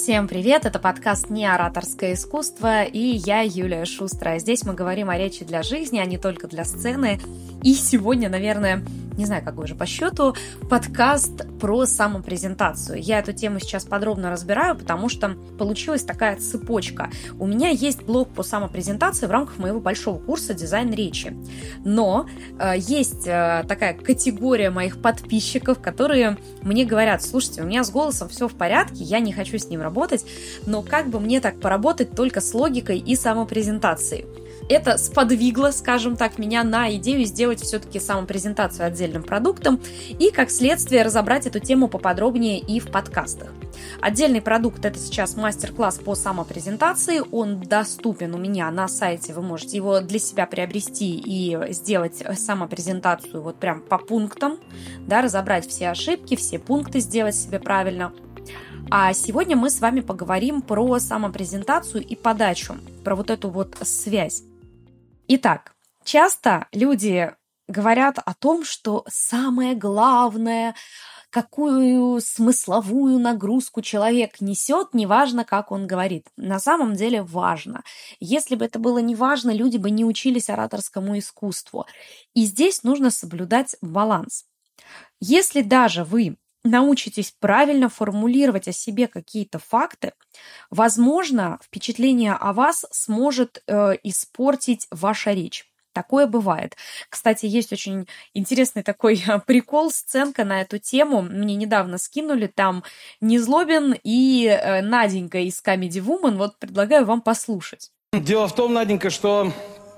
Всем привет! Это подкаст «Неораторское искусство» и я, Юлия Шустрая. Здесь мы говорим о речи для жизни, а не только для сцены. И сегодня, наверное, не знаю, какой же по счету, подкаст про самопрезентацию. Я эту тему сейчас подробно разбираю, потому что получилась такая цепочка. У меня есть блог по самопрезентации в рамках моего большого курса «Дизайн речи». Но есть такая категория моих подписчиков, которые мне говорят: слушайте, у меня с голосом все в порядке, я не хочу с ним работать, но как бы мне так поработать только с логикой и самопрезентацией? Это сподвигло, скажем так, меня на идею сделать все-таки самопрезентацию отдельным продуктом и, как следствие, разобрать эту тему поподробнее и в подкастах. Отдельный продукт – это сейчас мастер-класс по самопрезентации. Он доступен у меня на сайте. Вы можете его для себя приобрести и сделать самопрезентацию вот прям по пунктам, да, разобрать все ошибки, все пункты сделать себе правильно. А сегодня мы с вами поговорим про самопрезентацию и подачу, про вот эту вот связь. Итак, часто люди говорят о том, что самое главное, какую смысловую нагрузку человек несет, неважно, как он говорит. На самом деле важно. Если бы это было не важно, люди бы не учились ораторскому искусству. И здесь нужно соблюдать баланс. Если даже вы научитесь правильно формулировать о себе какие-то факты, возможно, впечатление о вас сможет испортить ваша речь. Такое бывает. Кстати, есть очень интересный такой прикол, сценка на эту тему. Мне недавно скинули, там Незлобин и Наденька из Comedy Woman. Вот предлагаю вам послушать. Дело в том, Наденька, что,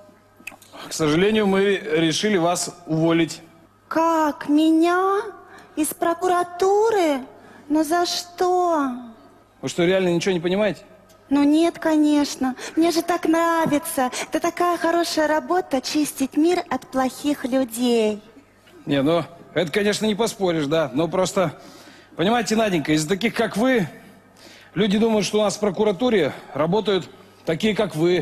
к сожалению, мы решили вас уволить. Как? Меня? Из прокуратуры? Но за что? Вы что, реально ничего не понимаете? Ну нет, конечно. Мне же так нравится. Это такая хорошая работа — чистить мир от плохих людей. Не, ну, это, конечно, не поспоришь, да. Но просто, понимаете, Наденька, из-за таких, как вы, люди думают, что у нас в прокуратуре работают такие, как вы.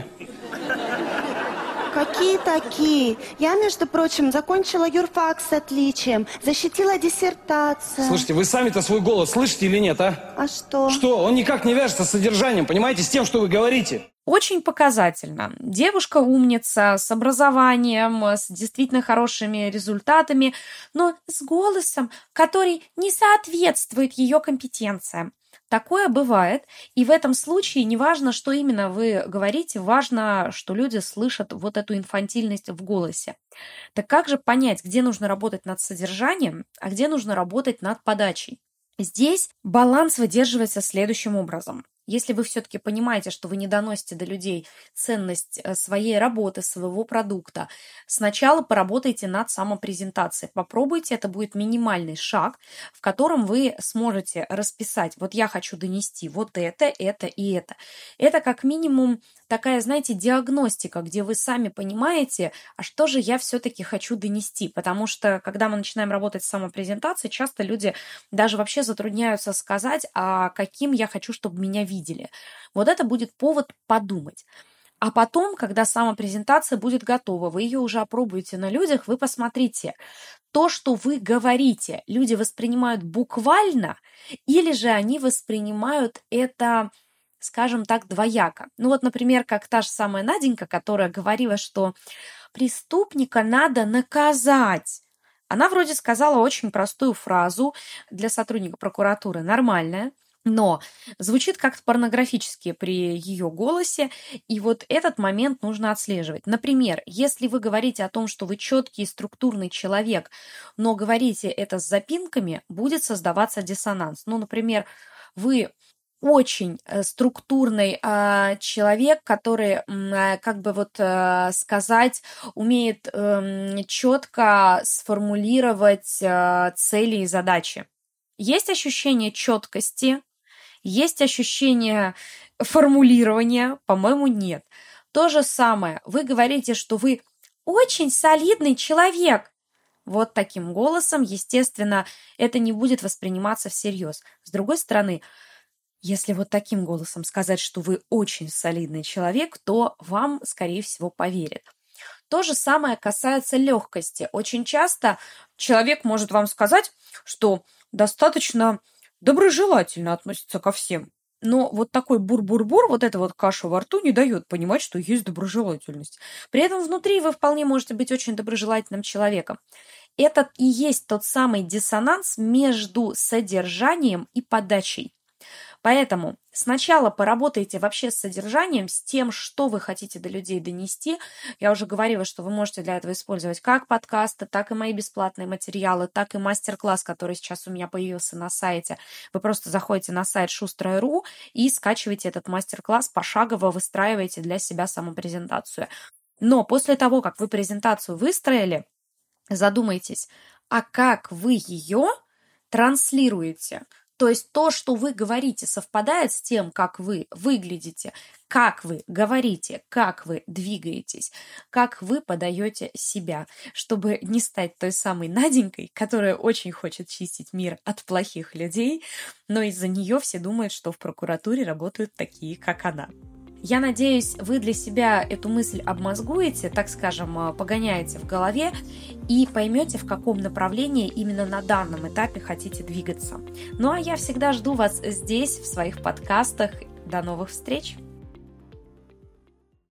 Какие такие? Я, между прочим, закончила юрфак с отличием, защитила диссертацию. Слушайте, вы сами-то свой голос слышите или нет, а? А что? Что? Он никак не вяжется с содержанием, понимаете, с тем, что вы говорите. Очень показательно. Девушка умница, с образованием, с действительно хорошими результатами, но с голосом, который не соответствует ее компетенциям. Такое бывает, и в этом случае не важно, что именно вы говорите, важно, что люди слышат вот эту инфантильность в голосе. Так как же понять, где нужно работать над содержанием, а где нужно работать над подачей? Здесь баланс выдерживается следующим образом. Если вы все-таки понимаете, что вы не доносите до людей ценность своей работы, своего продукта, сначала поработайте над самопрезентацией. Попробуйте, это будет минимальный шаг, в котором вы сможете расписать: вот я хочу донести вот это и это. Это как минимум такая, знаете, диагностика, где вы сами понимаете, а что же я все-таки хочу донести. Потому что, когда мы начинаем работать с самопрезентацией, часто люди даже вообще затрудняются сказать, а каким я хочу, чтобы меня видели. Вот это будет повод подумать. А потом, когда самопрезентация будет готова, вы ее уже опробуете на людях, вы посмотрите, то, что вы говорите, люди воспринимают буквально, или же они воспринимают это, скажем так, двояко. Ну вот, например, как та же самая Наденька, которая говорила, что преступника надо наказать. Она вроде сказала очень простую фразу для сотрудника прокуратуры, нормальная, но звучит как-то порнографически при ее голосе, и вот этот момент нужно отслеживать. Например, если вы говорите о том, что вы четкий и структурный человек, но говорите это с запинками, будет создаваться диссонанс. Ну, например, вы очень структурный человек, который, как бы вот сказать, умеет четко сформулировать цели и задачи. Есть ощущение четкости, есть ощущение формулирования, по-моему, нет. То же самое, вы говорите, что вы очень солидный человек. Вот таким голосом, естественно, это не будет восприниматься всерьез. С другой стороны, если вот таким голосом сказать, что вы очень солидный человек, то вам, скорее всего, поверят. То же самое касается легкости. Очень часто человек может вам сказать, что достаточно доброжелательно относится ко всем. Но вот такой бур-бур-бур, вот эта вот каша во рту не дает понимать, что есть доброжелательность. При этом внутри вы вполне можете быть очень доброжелательным человеком. Это и есть тот самый диссонанс между содержанием и подачей. Поэтому сначала поработайте вообще с содержанием, с тем, что вы хотите до людей донести. Я уже говорила, что вы можете для этого использовать как подкасты, так и мои бесплатные материалы, так и мастер-класс, который сейчас у меня появился на сайте. Вы просто заходите на сайт Шустрая.ру и скачиваете этот мастер-класс, пошагово выстраиваете для себя самопрезентацию. Но после того, как вы презентацию выстроили, задумайтесь, а как вы ее транслируете? То есть то, что вы говорите, совпадает с тем, как вы выглядите, как вы говорите, как вы двигаетесь, как вы подаете себя, чтобы не стать той самой Наденькой, которая очень хочет чистить мир от плохих людей, но из-за нее все думают, что в прокуратуре работают такие, как она. Я надеюсь, вы для себя эту мысль обмозгуете, так скажем, погоняете в голове и поймете, в каком направлении именно на данном этапе хотите двигаться. Ну а я всегда жду вас здесь, в своих подкастах. До новых встреч!